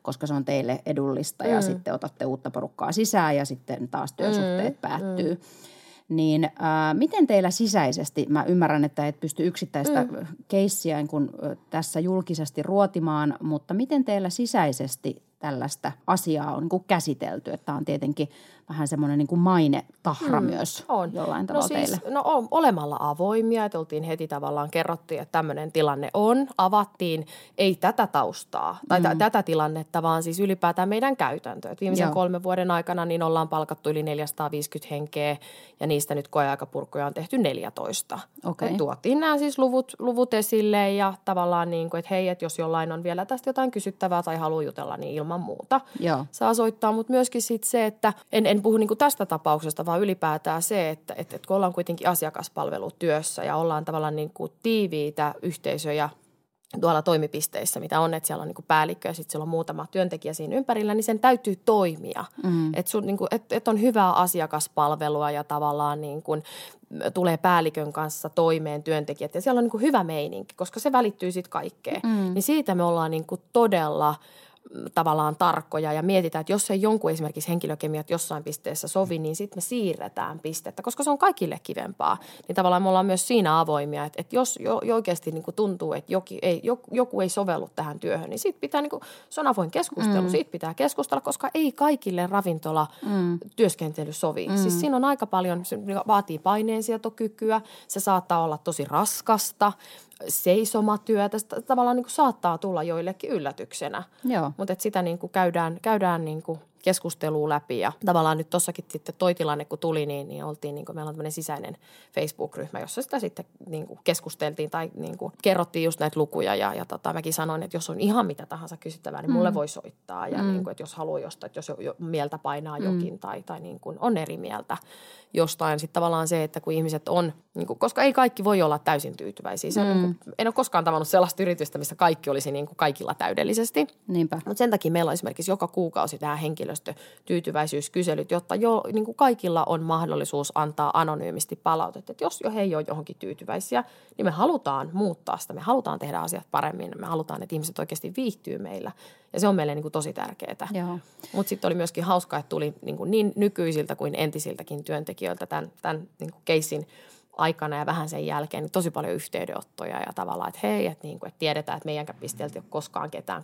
koska se on teille edullista ja sitten otatte uutta porukkaa sisään ja sitten taas työsuhteet päättyy. Niin miten teillä sisäisesti, mä ymmärrän, että et pysty yksittäistä keissiä niin kun tässä julkisesti ruotimaan, mutta miten teillä sisäisesti tällaista asiaa on niin kuin käsitelty? Että tämä on tietenkin vähän semmoinen niin kuin mainetahra myös jollain tavalla teille. Olemalla avoimia, että oltiin heti tavallaan kerrottiin, että tämmöinen tilanne on. Avattiin ei tätä taustaa tai tätä tilannetta, vaan siis ylipäätään meidän käytäntö. Että viimeisen 3 vuoden aikana niin ollaan palkattu yli 450 henkeä ja niistä nyt koeaikapurkuja on tehty 14. Okay. Tuotiin nämä siis luvut esille ja tavallaan niin kuin, että hei, että jos jollain on vielä tästä jotain kysyttävää tai haluaa jutella, niin ilman muuta saa soittaa. Mutta myöskin sitten se, että en puhu niin kuin tästä tapauksesta, vaan ylipäätään se, että kun ollaan kuitenkin asiakaspalvelutyössä ja ollaan tavallaan niin kuin tiiviitä yhteisöjä tuolla toimipisteissä, mitä on, että siellä on niin kuin päällikkö ja sitten siellä on muutama työntekijä siinä ympärillä, niin sen täytyy toimia. Että niin et on hyvää asiakaspalvelua ja tavallaan niin kuin tulee päällikön kanssa toimeen työntekijät ja siellä on niin kuin hyvä meininki, koska se välittyy sitten kaikkeen. Niin siitä me ollaan niin kuin todella tavallaan tarkkoja ja mietitään, että jos ei jonkun esimerkiksi henkilökemiat jossain pisteessä sovi, niin sitten me siirretään pistettä, koska se on kaikille kivempaa. Niin tavallaan me ollaan myös siinä avoimia, että jos oikeasti niin kuin tuntuu, että joku ei sovellu tähän työhön, niin siitä pitää, niin kuin, se on avoin keskustelu, siitä pitää keskustella, koska ei kaikille ravintola-työskentely sovi. Siis siinä on aika paljon, se vaatii paineensietokykyä, se saattaa olla tosi raskasta, seisomatyötä, tavallaan niin kuin saattaa tulla joillekin yllätyksenä. Mutta sitä niin kuin käydään niin kuin keskustelua läpi ja tavallaan nyt tossakin sitten toi tilanne, kun tuli, niin oltiin niin kuin, meillä on tämmöinen sisäinen Facebook-ryhmä, jossa sitä sitten niin kuin keskusteltiin tai niin kuin kerrottiin just näitä lukuja ja mäkin sanoin, että jos on ihan mitä tahansa kysyttävää, niin mulle voi soittaa ja niin kuin, että jos haluaa jostain, että jos mieltä painaa jokin tai niin kuin on eri mieltä jostain. Sitten tavallaan se, että kun ihmiset on, niin kuin, koska ei kaikki voi olla täysin tyytyväisiä. Se on, niin kuin, en ole koskaan tavannut sellaista yritystä, missä kaikki olisi niin kuin kaikilla täydellisesti. Niinpä. Mutta sen takia meillä on esimerkiksi joka kuukausi tämä henkilöstötyytyväisyyskyselyt, jotta niin kuin kaikilla on mahdollisuus antaa anonyymisti palautetta. Että jos he ei ole johonkin tyytyväisiä, niin me halutaan muuttaa sitä. Me halutaan tehdä asiat paremmin. Me halutaan, että ihmiset oikeasti viihtyy meillä. Ja se on meille niin kuin tosi tärkeää. Mutta sitten oli myöskin hauskaa, että tuli niin nykyisiltä kuin entisiltäkin työntekijöiltä tämän niin kuin keissin aikana ja vähän sen jälkeen niin tosi paljon yhteydenottoja ja tavallaan, että hei, että tiedetään, että meidänkään pisteeltä ei ole koskaan ketään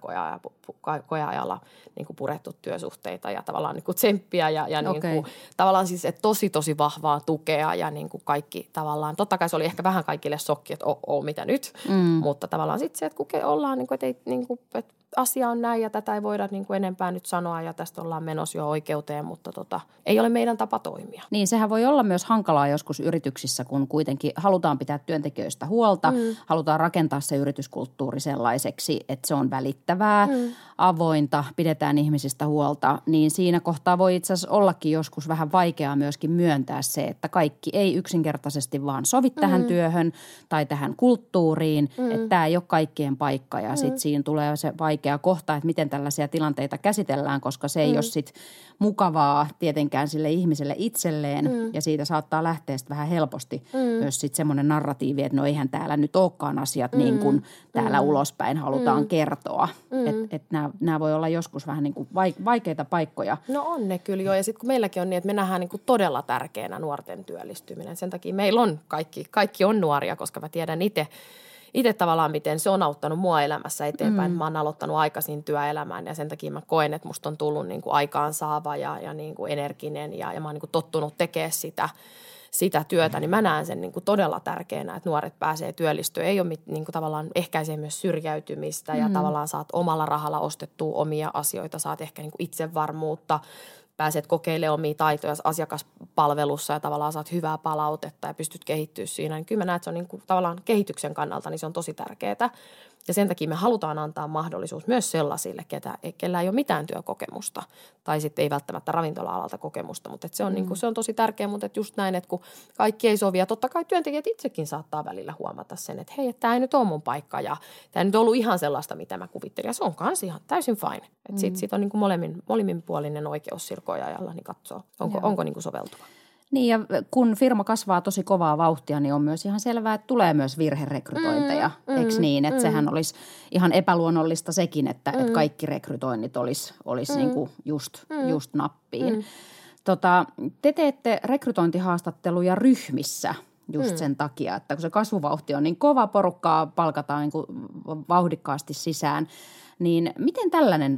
koeajalla niin kuin purettu työsuhteita ja tavallaan niin kuin tsemppiä ja niin kuin, tavallaan siis että tosi vahvaa tukea ja niin kuin kaikki tavallaan, totta kai se oli ehkä vähän kaikille shokki, että mitä nyt, mutta tavallaan sitten se, että kun ollaan, niin kuin, että, ei, niin kuin, että asia on näin ja tätä ei voida niin kuin enempää nyt sanoa ja tästä ollaan menossa jo oikeuteen, mutta ei ole meidän tapa toimia. Niin, sehän voi olla myös hankalaa joskus yrityksissä, kun kuitenkin halutaan pitää työntekijöistä huolta, halutaan rakentaa se yrityskulttuuri sellaiseksi, että se on välittävää, avointa, pidetään ihmisistä huolta, niin siinä kohtaa voi itse asiassa ollakin joskus vähän vaikeaa myöskin myöntää se, että kaikki ei yksinkertaisesti vaan sovi tähän työhön tai tähän kulttuuriin, että tämä ei ole kaikkien paikka ja sitten siinä tulee se vaikea kohta, että miten tällaisia tilanteita käsitellään, koska se ei ole sitten mukavaa tietenkään sille ihmiselle itselleen ja siitä saattaa lähteä sitten vähän helposti myös sitten semmoinen narratiivi, että no eihän täällä nyt olekaan asiat niin kuin täällä ulospäin halutaan kertoa. Että nämä voi olla joskus vähän niin kuin vaikeita paikkoja. No on ne kyllä jo ja sitten kun meilläkin on niin, että me nähdään niin kuin todella tärkeänä nuorten työllistyminen. Sen takia meillä on kaikki on nuoria, koska mä tiedän itse tavallaan, miten se on auttanut mua elämässä eteenpäin. Mä oon aloittanut aikaisin työelämään ja sen takia mä koen, että musta on tullut niin kuin aikaansaava ja niin kuin energinen ja mä oon niin kuin tottunut tekemään sitä työtä, niin mä näen sen niin kuin todella tärkeänä, että nuoret pääsee työllistyä. Ei ole niin kuin tavallaan ehkäisee myös syrjäytymistä ja tavallaan saat omalla rahalla ostettua omia asioita, saat ehkä niin kuin itsevarmuutta, pääset kokeilemaan omia taitoja asiakaspalvelussa ja tavallaan saat hyvää palautetta ja pystyt kehittyä siinä. Niin kyllä mä näen, että se on niin kuin tavallaan kehityksen kannalta, niin se on tosi tärkeää. Ja sen takia me halutaan antaa mahdollisuus myös sellaisille, kellä ei ole mitään työkokemusta tai sitten ei välttämättä ravintola-alalta kokemusta. Mutta se on, niin kuin, se on tosi tärkeää, mutta just näin, että kun kaikki ei sovi ja totta kai työntekijät itsekin saattaa välillä huomata sen, että hei, tämä ei nyt ole mun paikka ja tämä ei nyt ollut ihan sellaista, mitä mä kuvittelin. Ja se on kans ihan täysin fine. Että siitä on niin kuin molemminpuolinen oikeus sillä koeajalla niin katsoa, onko niin kuin soveltuva. Niin ja kun firma kasvaa tosi kovaa vauhtia, niin on myös ihan selvää, että tulee myös virherekrytointeja. Eikö niin? Että sehän olisi ihan epäluonnollista sekin, että kaikki rekrytoinnit olisi niin kuin just nappiin. Te teette rekrytointihaastatteluja ryhmissä just sen takia, että kun se kasvuvauhti on niin kova, porukkaa palkataan niin kuin vauhdikkaasti sisään, niin miten tällainen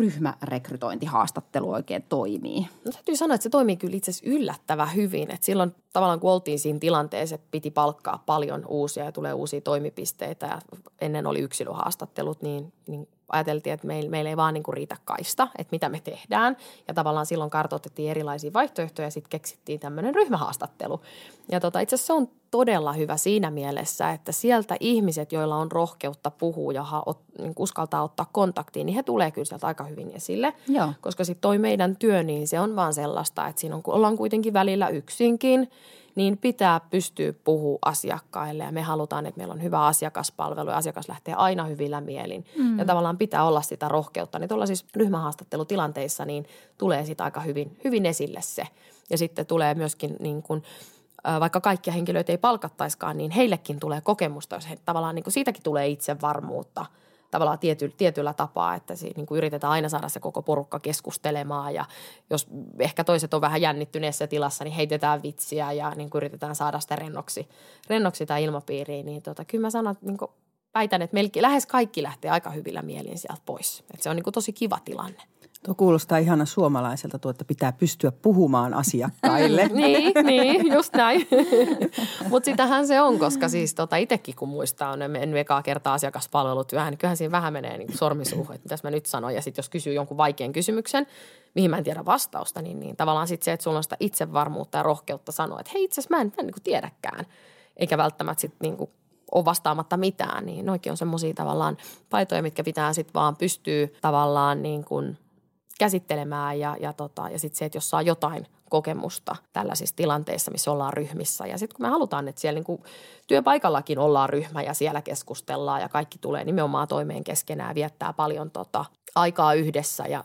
ryhmärekrytointihaastattelu oikein toimii? No, täytyy sanoa, että se toimii kyllä itse asiassa yllättävän hyvin. Että silloin tavallaan kun oltiin siinä tilanteessa, että piti palkkaa paljon uusia ja tulee uusia toimipisteitä ja ennen oli yksilöhaastattelut, niin ajateltiin, että meillä ei vaan niin kuin riitä kaista, että mitä me tehdään. Ja tavallaan silloin kartoitettiin erilaisia vaihtoehtoja ja sitten keksittiin tämmöinen ryhmähaastattelu. Ja itse asiassa se on todella hyvä siinä mielessä, että sieltä ihmiset, joilla on rohkeutta puhua ja niin uskaltaa ottaa kontaktiin, niin he tulee kyllä sieltä aika hyvin esille. Joo. Koska sitten toi meidän työ, niin se on vaan sellaista, että siinä ollaan kuitenkin välillä yksinkin, niin pitää pystyä puhumaan asiakkaille ja me halutaan, että meillä on hyvä asiakaspalvelu ja asiakas lähtee aina hyvillä mielin. Ja tavallaan pitää olla sitä rohkeutta. Niin tuolla siis ryhmähaastattelutilanteissa niin tulee sitä aika hyvin esille se. Ja sitten tulee myöskin niin kuin, vaikka kaikkia henkilöitä ei palkattaiskaan, niin heillekin tulee kokemusta, jos he tavallaan niin kuin siitäkin tulee itsevarmuutta tavallaan tietyllä tapaa, että niin kuin yritetään aina saada se koko porukka keskustelemaan ja jos ehkä toiset on vähän jännittyneessä tilassa, niin heitetään vitsiä ja niin kuin yritetään saada sitä rennoksi tai ilmapiiriin, niin kyllä mä sanon, että niin kuin väitän, että lähes kaikki lähtee aika hyvillä mielin sieltä pois, että se on niin kuin tosi kiva tilanne. Tuo kuulostaa ihana suomalaiselta että pitää pystyä puhumaan asiakkaille. niin, just näin. Mutta sitähän se on, koska siis itsekin kun muistaa, en ekaa kertaa asiakaspalvelutyöhön, niin kyllähän siinä vähän menee niin sormisuuhun, että mitäs mä nyt sanon. Ja sitten jos kysyy jonkun vaikean kysymyksen, mihin mä en tiedä vastausta, niin tavallaan sitten se, että sulla on sitä itsevarmuutta ja rohkeutta sanoa, että hei itse asiassa mä en niin kuin tiedäkään. Eikä välttämättä sitten niin kuin ole vastaamatta mitään, niin noikin on semmoisia tavallaan paitoja, mitkä pitää sitten vaan pystyä tavallaan niin kuin käsittelemään ja sitten se, että jos saa jotain kokemusta tällaisissa tilanteissa, missä ollaan ryhmissä. Ja sitten kun me halutaan, että siellä niin kuin työpaikallakin ollaan ryhmä ja siellä keskustellaan ja kaikki tulee nimenomaan toimeen keskenään, viettää paljon aikaa yhdessä ja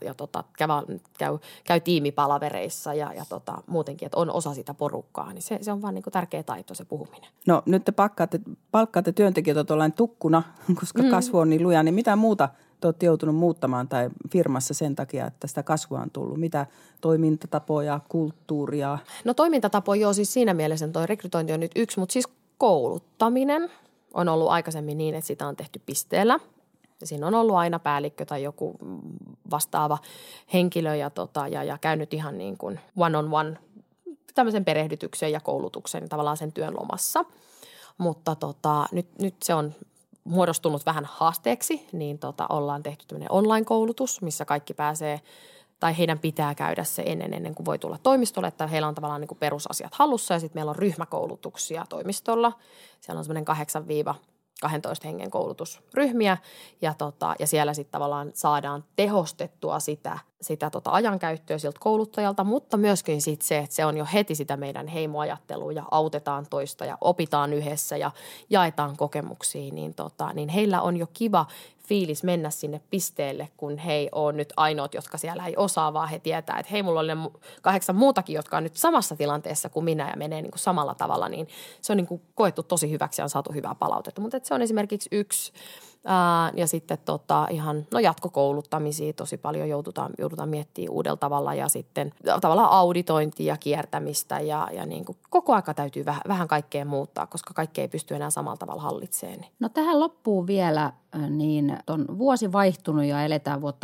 käy tiimipalavereissa ja muutenkin, että on osa sitä porukkaa, niin se on vaan niin kuin tärkeä taito se puhuminen. No nyt te palkkaatte työntekijöitä tuollainen tukkuna, koska kasvu on niin luja, niin mitä muuta te olette joutunut muuttamaan tai firmassa sen takia, että sitä kasvua on tullut? Mitä toimintatapoja, kulttuuria? No toimintatapoja joo, siis siinä mielessä toi rekrytointi on nyt yksi, mutta siis kouluttaminen on ollut aikaisemmin niin, että sitä on tehty pisteellä. Ja siinä on ollut aina päällikkö tai joku vastaava henkilö ja käynyt ihan niin kuin one-on-one tämmöisen perehdytyksen ja koulutuksen tavallaan sen työn lomassa. Mutta nyt se on muodostunut vähän haasteeksi, niin ollaan tehty tämmöinen online-koulutus, missä kaikki pääsee tai heidän pitää käydä se ennen kuin voi tulla toimistolle, että heillä on tavallaan niin kuin perusasiat hallussa ja sitten meillä on ryhmäkoulutuksia toimistolla. Siellä on semmoinen 8-12 hengen koulutusryhmiä ja siellä sitten tavallaan saadaan tehostettua sitä ajankäyttöä siltä kouluttajalta, mutta myöskin sitten se, että se on jo heti sitä meidän heimoajattelua ja autetaan toista ja opitaan yhdessä ja jaetaan kokemuksia, niin heillä on jo kiva fiilis mennä sinne pisteelle, kun he ei ole nyt ainoat, jotka siellä ei osaa, vaan he tietää, että hei, mulla on ne 8 muutakin, jotka on nyt samassa tilanteessa kuin minä ja menee niin kuin samalla tavalla, niin se on niin kuin koettu tosi hyväksi ja on saatu hyvää palautetta. Mutta se on esimerkiksi yksi. Ja sitten ihan jatkokouluttamisia tosi paljon joudutaan miettimään uudella tavalla ja sitten tavallaan auditointia ja kiertämistä ja niin kuin koko aika täytyy vähän kaikkea muuttaa, koska kaikkea ei pysty enää samalla tavalla hallitsemaan. No tähän loppuu vielä, niin on vuosi vaihtunut ja eletään vuotta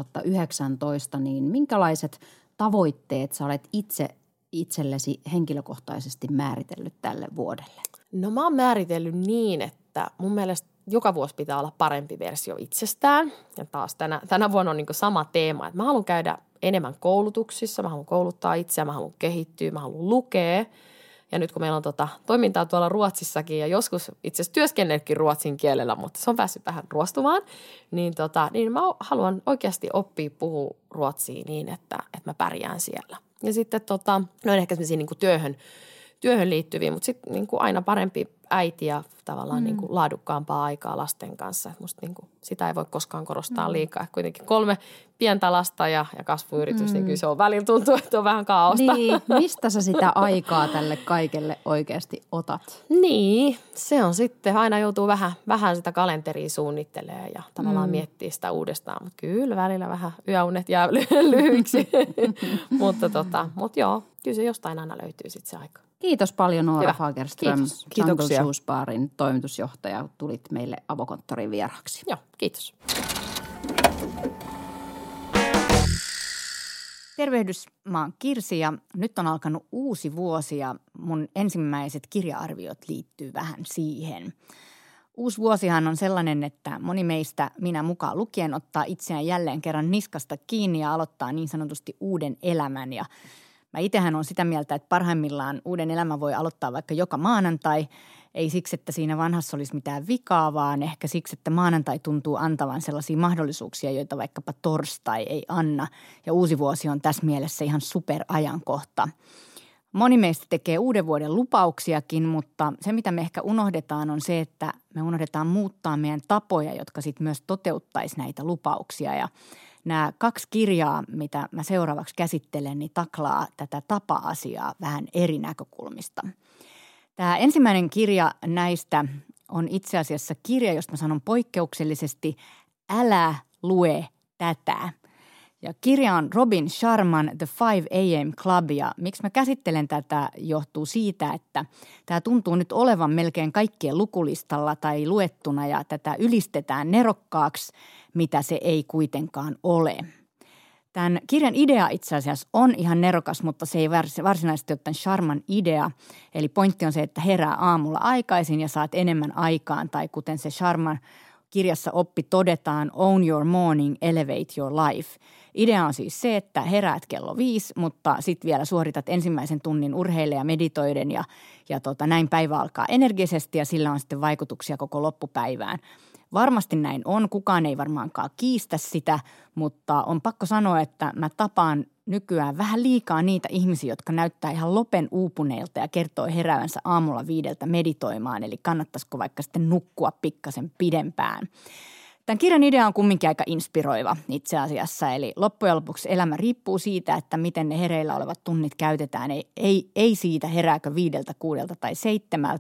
2019, niin minkälaiset tavoitteet sä olet itsellesi henkilökohtaisesti määritellyt tälle vuodelle? No mä oon määritellyt niin, että mun mielestä joka vuosi pitää olla parempi versio itsestään. Ja taas tänä vuonna on niin kuin sama teema, että mä haluan käydä enemmän koulutuksissa, mä haluan kouluttaa itseä, mä haluan kehittyä, mä haluan lukea. Ja nyt kun meillä on toimintaa tuolla Ruotsissakin ja joskus itse asiassa työskennellytkin ruotsin kielellä, mutta se on päässyt vähän ruostumaan, niin mä haluan oikeasti oppia puhua ruotsia niin, että mä pärjään siellä. Ja sitten no on ehkä sellaisia niin kuin työhön liittyviä, mutta sitten niin kuin aina parempi äiti ja tavallaan niin kuin laadukkaampaa aikaa lasten kanssa. Musta niin kuin sitä ei voi koskaan korostaa liikaa. Kuitenkin 3 pientä lasta ja kasvuyritys, niin kyllä se on välillä tuntuu, että on vähän kaaosta. Niin, mistä sä sitä aikaa tälle kaikelle oikeasti otat? Niin, se on sitten, aina joutuu vähän sitä kalenteria suunnittelemaan ja tavallaan miettiä sitä uudestaan, mutta kyllä välillä vähän yöunet jää lyhyiksi, mutta joo, kyllä se jostain aina löytyy sitten se aika. Kiitos paljon Noora Fagerström, Kiitoksia. Jungle Shoes Barin toimitusjohtaja, tulit meille Avokonttoriin vieraksi. Joo, kiitos. Tervehdys, mä oon Kirsi ja nyt on alkanut uusi vuosi ja mun ensimmäiset kirja-arviot liittyy vähän siihen. Uusi vuosihan on sellainen, että moni meistä, minä mukaan lukien, ottaa itseään jälleen kerran niskasta kiinni ja aloittaa niin sanotusti uuden elämän. Ja mä itsehän on sitä mieltä, että parhaimmillaan uuden elämän voi aloittaa vaikka joka maanantai. Ei siksi, että siinä vanhassa olisi mitään vikaa, vaan ehkä siksi, että maanantai tuntuu antavan sellaisia mahdollisuuksia, joita vaikkapa torstai ei anna. Ja uusi vuosi on tässä mielessä ihan superajankohta. Moni meistä tekee uuden vuoden lupauksiakin, mutta se mitä me ehkä unohdetaan on se, että me unohdetaan muuttaa meidän tapoja, jotka sitten myös toteuttaisi näitä lupauksia. Ja nämä 2 kirjaa, mitä mä seuraavaksi käsittelen, niin taklaa tätä tapa-asiaa vähän eri näkökulmista. Tämä ensimmäinen kirja näistä on itse asiassa kirja, josta mä sanon poikkeuksellisesti älä lue tätä. Ja kirja on Robin Sharman The 5 AM Club ja miksi mä käsittelen tätä johtuu siitä, että tämä tuntuu nyt olevan melkein kaikkien lukulistalla tai luettuna ja tätä ylistetään nerokkaaksi, mitä se ei kuitenkaan ole. Tämän kirjan idea itse asiassa on ihan nerokas, mutta se ei varsinaisesti ole tämän Sharman idea. Eli pointti on se, että herää aamulla aikaisin ja saat enemmän aikaan tai kuten se Sharman kirjassa oppi todetaan, own your morning, elevate your life. Idea on siis se, että heräät kello 5, mutta sitten vielä suoritat ensimmäisen tunnin urheille ja meditoiden ja näin päivä alkaa energisesti ja sillä on sitten vaikutuksia koko loppupäivään. Varmasti näin on, kukaan ei varmaankaan kiistä sitä, mutta on pakko sanoa, että mä tapaan nykyään vähän liikaa niitä ihmisiä, jotka näyttää ihan lopen uupuneilta ja kertoo heräävänsä aamulla 5 meditoimaan, eli kannattaisiko vaikka sitten nukkua pikkasen pidempään. Tämän kirjan idea on kumminkin aika inspiroiva itse asiassa, eli loppujen lopuksi elämä riippuu siitä, että miten ne hereillä olevat tunnit käytetään, ei siitä herääkö 5, 6 tai 7.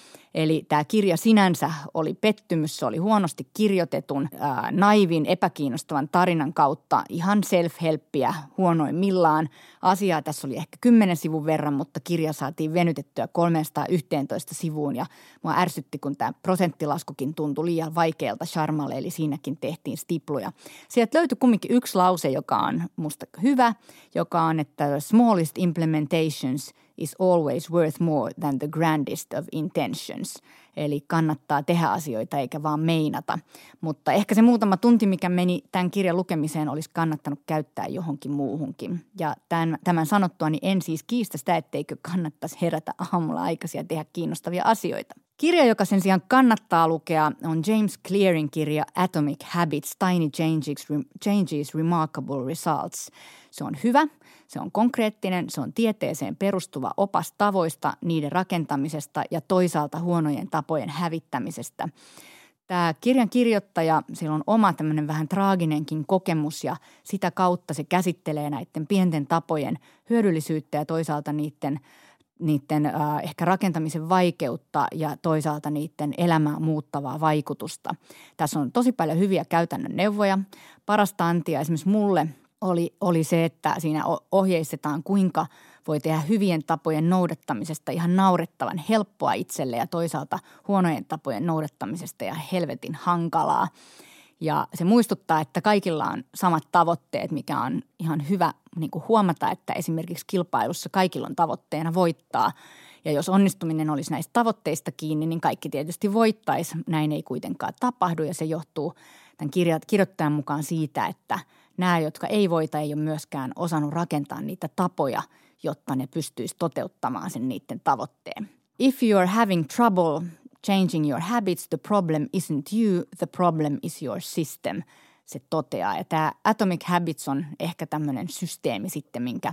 Eli tämä kirja sinänsä oli pettymys, se oli huonosti kirjoitetun, naivin, epäkiinnostavan tarinan kautta ihan self-helppiä huonoimmillaan. Asiaa tässä oli ehkä 10 sivun verran, mutta kirja saatiin venytettyä 311 sivuun ja mua ärsytti, kun tämä prosenttilaskukin tuntui liian vaikealta Sharmalle, eli siinäkin tehtiin stipluja. Sieltä löytyi kumminkin yksi lause, joka on musta hyvä, joka on, että smallest implementations is always worth more than the grandest of intentions. Eli kannattaa tehdä asioita eikä vaan meinata. Mutta ehkä se muutama tunti, mikä meni tämän kirjan lukemiseen, olisi kannattanut käyttää johonkin muuhunkin. Ja tämän sanottua, niin en siis kiistä sitä, etteikö kannattaisi herätä aamulla aikaisin ja tehdä kiinnostavia asioita. Kirja, joka sen sijaan kannattaa lukea, on James Clearin kirja Atomic Habits, Tiny Changes, Remarkable Results. Se on hyvä, se on konkreettinen, se on tieteeseen perustuva opas tavoista, niiden rakentamisesta ja toisaalta huonojen tapojen hävittämisestä. Tämä kirjan kirjoittaja, sillä on oma tämmöinen vähän traaginenkin kokemus ja sitä kautta se käsittelee näiden pienten tapojen hyödyllisyyttä ja toisaalta niiden ehkä rakentamisen vaikeutta ja toisaalta niiden elämää muuttavaa vaikutusta. Tässä on tosi paljon hyviä käytännön neuvoja. Parasta antia esimerkiksi mulle oli se, että siinä ohjeistetaan, kuinka voi tehdä hyvien tapojen noudattamisesta ihan naurettavan helppoa itselle ja toisaalta huonojen tapojen noudattamisesta ja helvetin hankalaa. Ja se muistuttaa, että kaikilla on samat tavoitteet, mikä on ihan hyvä niin kuin huomata, että esimerkiksi kilpailussa kaikilla on tavoitteena voittaa. Ja jos onnistuminen olisi näistä tavoitteista kiinni, niin kaikki tietysti voittaisi. Näin ei kuitenkaan tapahdu ja se johtuu tämän kirjoittajan mukaan siitä, että nämä, jotka ei voita, ei ole myöskään osannut rakentaa niitä tapoja, jotta ne pystyisi toteuttamaan sen niiden tavoitteen. If you are having trouble changing your habits, the problem isn't you, the problem is your system, se toteaa. Ja tämä Atomic Habits on ehkä tämmöinen systeemi sitten, minkä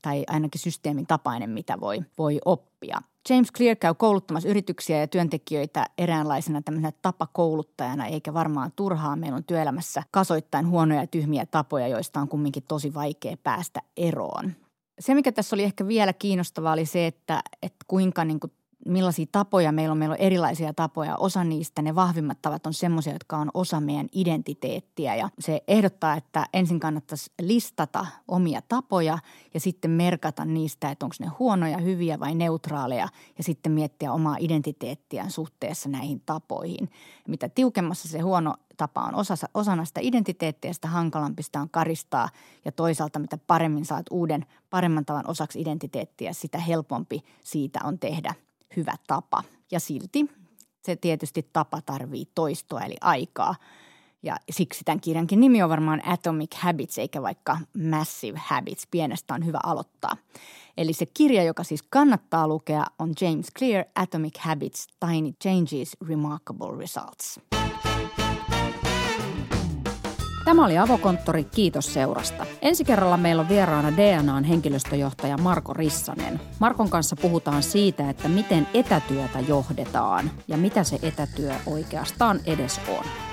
tai ainakin systeemin tapainen, mitä voi oppia. James Clear käy kouluttamassa yrityksiä ja työntekijöitä eräänlaisena tämmöisenä tapakouluttajana, eikä varmaan turhaa. Meillä on työelämässä kasoittain huonoja ja tyhmiä tapoja, joista on kumminkin tosi vaikea päästä eroon. Se, mikä tässä oli ehkä vielä kiinnostavaa, oli se, että kuinka niin kuin millaisia tapoja meillä on erilaisia tapoja. Osa niistä, ne vahvimmat tavat on semmoisia, jotka on osa meidän identiteettiä. Ja se ehdottaa, että ensin kannattaisi listata omia tapoja ja sitten merkata niistä, että onko ne huonoja, hyviä vai neutraaleja. Ja sitten miettiä omaa identiteettiään suhteessa näihin tapoihin. Mitä tiukemmassa se huono tapa on osana sitä identiteettiä, sitä hankalampi sitä on karistaa. Ja toisaalta mitä paremmin saat uuden, paremman tavan osaksi identiteettiä, sitä helpompi siitä on tehdä hyvä tapa. Ja silti se tietysti tapa tarvii toistoa eli aikaa. Ja siksi tämän kirjankin nimi on varmaan Atomic Habits eikä vaikka Massive Habits. Pienestä on hyvä aloittaa. Eli se kirja, joka siis kannattaa lukea, on James Clear, Atomic Habits, Tiny Changes, Remarkable Results. Tämä oli Avokonttori, kiitos seurasta. Ensi kerralla meillä on vieraana DNA:n henkilöstöjohtaja Marko Rissanen. Markon kanssa puhutaan siitä, että miten etätyötä johdetaan ja mitä se etätyö oikeastaan edes on.